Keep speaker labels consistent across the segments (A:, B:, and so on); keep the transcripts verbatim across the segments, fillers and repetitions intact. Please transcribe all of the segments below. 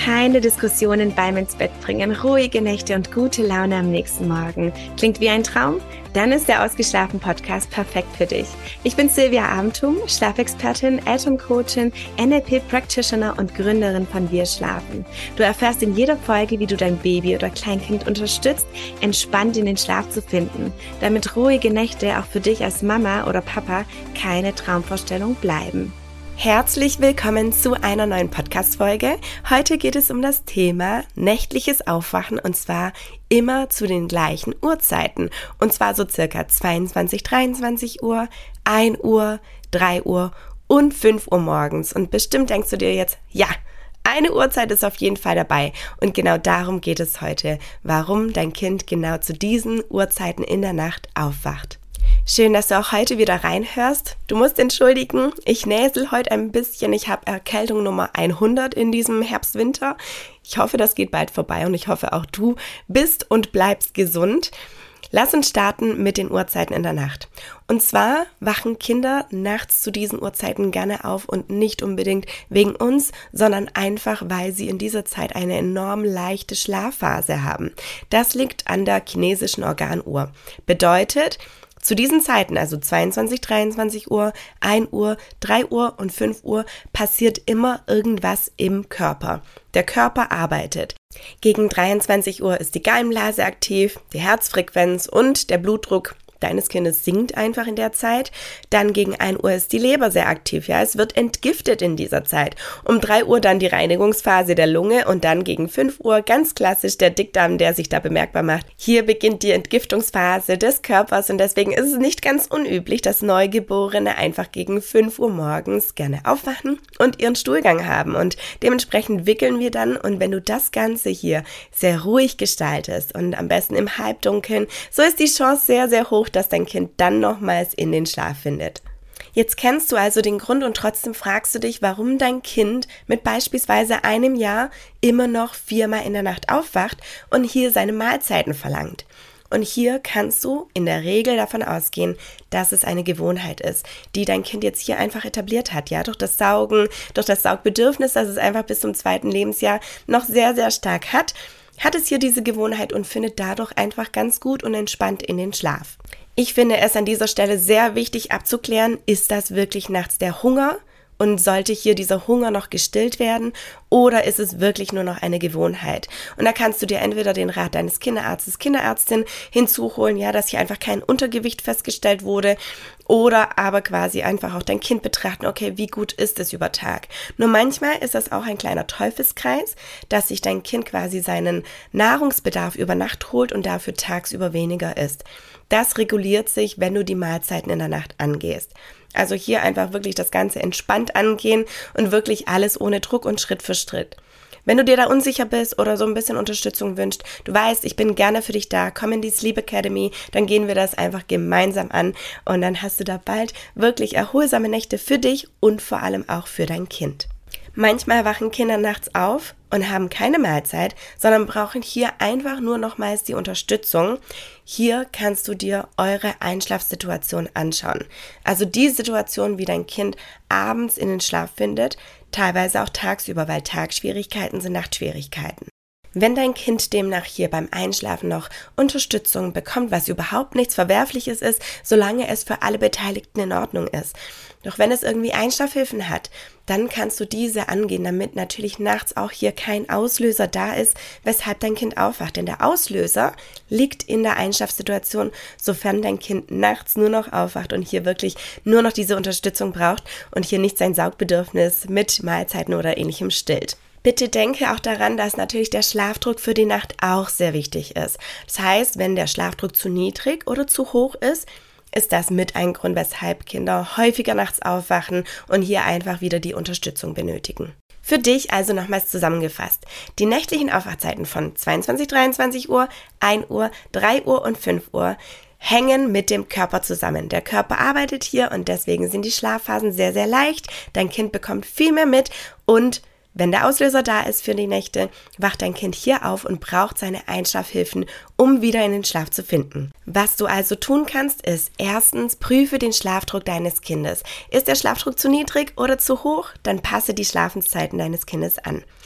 A: Keine Diskussionen beim ins Bett bringen, ruhige Nächte und gute Laune am nächsten Morgen. Klingt wie ein Traum? Dann ist der Ausgeschlafen-Podcast perfekt für dich. Ich bin Silvia Abendtum, Schlafexpertin, Atom-Coachin, N L P-Practitioner und Gründerin von Wir Schlafen. Du erfährst in jeder Folge, wie du dein Baby oder Kleinkind unterstützt, entspannt in den Schlaf zu finden, damit ruhige Nächte auch für dich als Mama oder Papa keine Traumvorstellung bleiben. Herzlich willkommen zu einer neuen Podcast-Folge. Heute geht es um das Thema nächtliches Aufwachen und zwar immer zu den gleichen Uhrzeiten. Und zwar so circa zweiundzwanzig, dreiundzwanzig Uhr, ein Uhr, drei Uhr und fünf Uhr morgens. Und bestimmt denkst du dir jetzt, ja, eine Uhrzeit ist auf jeden Fall dabei. Und genau darum geht es heute, warum dein Kind genau zu diesen Uhrzeiten in der Nacht aufwacht. Schön, dass du auch heute wieder reinhörst. Du musst entschuldigen, ich näsel heute ein bisschen. Ich habe Erkältung Nummer hundert in diesem Herbst-Winter. Ich hoffe, das geht bald vorbei und ich hoffe auch du bist und bleibst gesund. Lass uns starten mit den Uhrzeiten in der Nacht. Und zwar wachen Kinder nachts zu diesen Uhrzeiten gerne auf und nicht unbedingt wegen uns, sondern einfach, weil sie in dieser Zeit eine enorm leichte Schlafphase haben. Das liegt an der chinesischen Organuhr. Bedeutet, zu diesen Zeiten, also zweiundzwanzig, dreiundzwanzig Uhr, ein Uhr, drei Uhr und fünf Uhr, passiert immer irgendwas im Körper. Der Körper arbeitet. Gegen dreiundzwanzig Uhr ist die Gallenblase aktiv, die Herzfrequenz und der Blutdruck deines Kindes sinkt einfach in der Zeit. Dann gegen ein Uhr ist die Leber sehr aktiv. Ja, es wird entgiftet in dieser Zeit. Um drei Uhr dann die Reinigungsphase der Lunge und dann gegen fünf Uhr ganz klassisch der Dickdarm, der sich da bemerkbar macht. Hier beginnt die Entgiftungsphase des Körpers und deswegen ist es nicht ganz unüblich, dass Neugeborene einfach gegen fünf Uhr morgens gerne aufwachen und ihren Stuhlgang haben und dementsprechend wickeln wir dann und wenn du das Ganze hier sehr ruhig gestaltest und am besten im Halbdunkeln, so ist die Chance sehr, sehr hoch, dass dein Kind dann nochmals in den Schlaf findet. Jetzt kennst du also den Grund und trotzdem fragst du dich, warum dein Kind mit beispielsweise einem Jahr immer noch viermal in der Nacht aufwacht und hier seine Mahlzeiten verlangt. Und hier kannst du in der Regel davon ausgehen, dass es eine Gewohnheit ist, die dein Kind jetzt hier einfach etabliert hat, ja, durch das Saugen, durch das Saugbedürfnis, das es einfach bis zum zweiten Lebensjahr noch sehr, sehr stark hat, hat es hier diese Gewohnheit und findet dadurch einfach ganz gut und entspannt in den Schlaf. Ich finde es an dieser Stelle sehr wichtig abzuklären, ist das wirklich nachts der Hunger und sollte hier dieser Hunger noch gestillt werden oder ist es wirklich nur noch eine Gewohnheit? Und da kannst du dir entweder den Rat deines Kinderarztes, Kinderärztin hinzuholen, ja, dass hier einfach kein Untergewicht festgestellt wurde oder aber quasi einfach auch dein Kind betrachten, okay, wie gut ist es über Tag? Nur manchmal ist das auch ein kleiner Teufelskreis, dass sich dein Kind quasi seinen Nahrungsbedarf über Nacht holt und dafür tagsüber weniger isst. Das reguliert sich, wenn du die Mahlzeiten in der Nacht angehst. Also hier einfach wirklich das Ganze entspannt angehen und wirklich alles ohne Druck und Schritt für Schritt. Wenn du dir da unsicher bist oder so ein bisschen Unterstützung wünschst, du weißt, ich bin gerne für dich da, komm in die Sleep Academy, dann gehen wir das einfach gemeinsam an und dann hast du da bald wirklich erholsame Nächte für dich und vor allem auch für dein Kind. Manchmal wachen Kinder nachts auf und haben keine Mahlzeit, sondern brauchen hier einfach nur nochmals die Unterstützung. Hier kannst du dir eure Einschlafsituation anschauen. Also die Situation, wie dein Kind abends in den Schlaf findet, teilweise auch tagsüber, weil Tagschwierigkeiten sind Nachtschwierigkeiten. Wenn dein Kind demnach hier beim Einschlafen noch Unterstützung bekommt, was überhaupt nichts Verwerfliches ist, solange es für alle Beteiligten in Ordnung ist. Doch wenn es irgendwie Einschlafhilfen hat, dann kannst du diese angehen, damit natürlich nachts auch hier kein Auslöser da ist, weshalb dein Kind aufwacht. Denn der Auslöser liegt in der Einschlafsituation, sofern dein Kind nachts nur noch aufwacht und hier wirklich nur noch diese Unterstützung braucht und hier nicht sein Saugbedürfnis mit Mahlzeiten oder ähnlichem stillt. Bitte denke auch daran, dass natürlich der Schlafdruck für die Nacht auch sehr wichtig ist. Das heißt, wenn der Schlafdruck zu niedrig oder zu hoch ist, ist das mit ein Grund, weshalb Kinder häufiger nachts aufwachen und hier einfach wieder die Unterstützung benötigen. Für dich also nochmals zusammengefasst. Die nächtlichen Aufwachzeiten von zweiundzwanzig, dreiundzwanzig Uhr, ein Uhr, drei Uhr und fünf Uhr hängen mit dem Körper zusammen. Der Körper arbeitet hier und deswegen sind die Schlafphasen sehr, sehr leicht. Dein Kind bekommt viel mehr mit und wenn der Auslöser da ist für die Nächte, wacht dein Kind hier auf und braucht seine Einschlafhilfen, um wieder in den Schlaf zu finden. Was du also tun kannst, ist erstens, prüfe den Schlafdruck deines Kindes. Ist der Schlafdruck zu niedrig oder zu hoch? Dann passe die Schlafenszeiten deines Kindes an.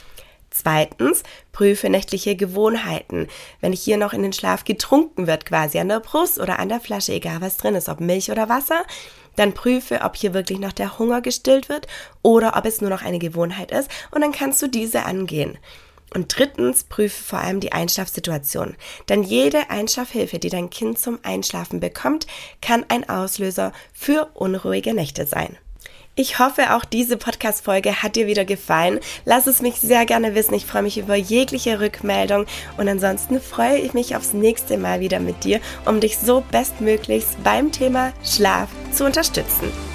A: Zweitens, prüfe nächtliche Gewohnheiten. Wenn hier noch in den Schlaf getrunken wird, quasi an der Brust oder an der Flasche, egal was drin ist, ob Milch oder Wasser, dann prüfe, ob hier wirklich noch der Hunger gestillt wird oder ob es nur noch eine Gewohnheit ist und dann kannst du diese angehen. Und drittens, prüfe vor allem die Einschlafsituation. Denn jede Einschlafhilfe, die dein Kind zum Einschlafen bekommt, kann ein Auslöser für unruhige Nächte sein. Ich hoffe, auch diese Podcast-Folge hat dir wieder gefallen. Lass es mich sehr gerne wissen. Ich freue mich über jegliche Rückmeldung. Und ansonsten freue ich mich aufs nächste Mal wieder mit dir, um dich so bestmöglichst beim Thema Schlaf zu unterstützen.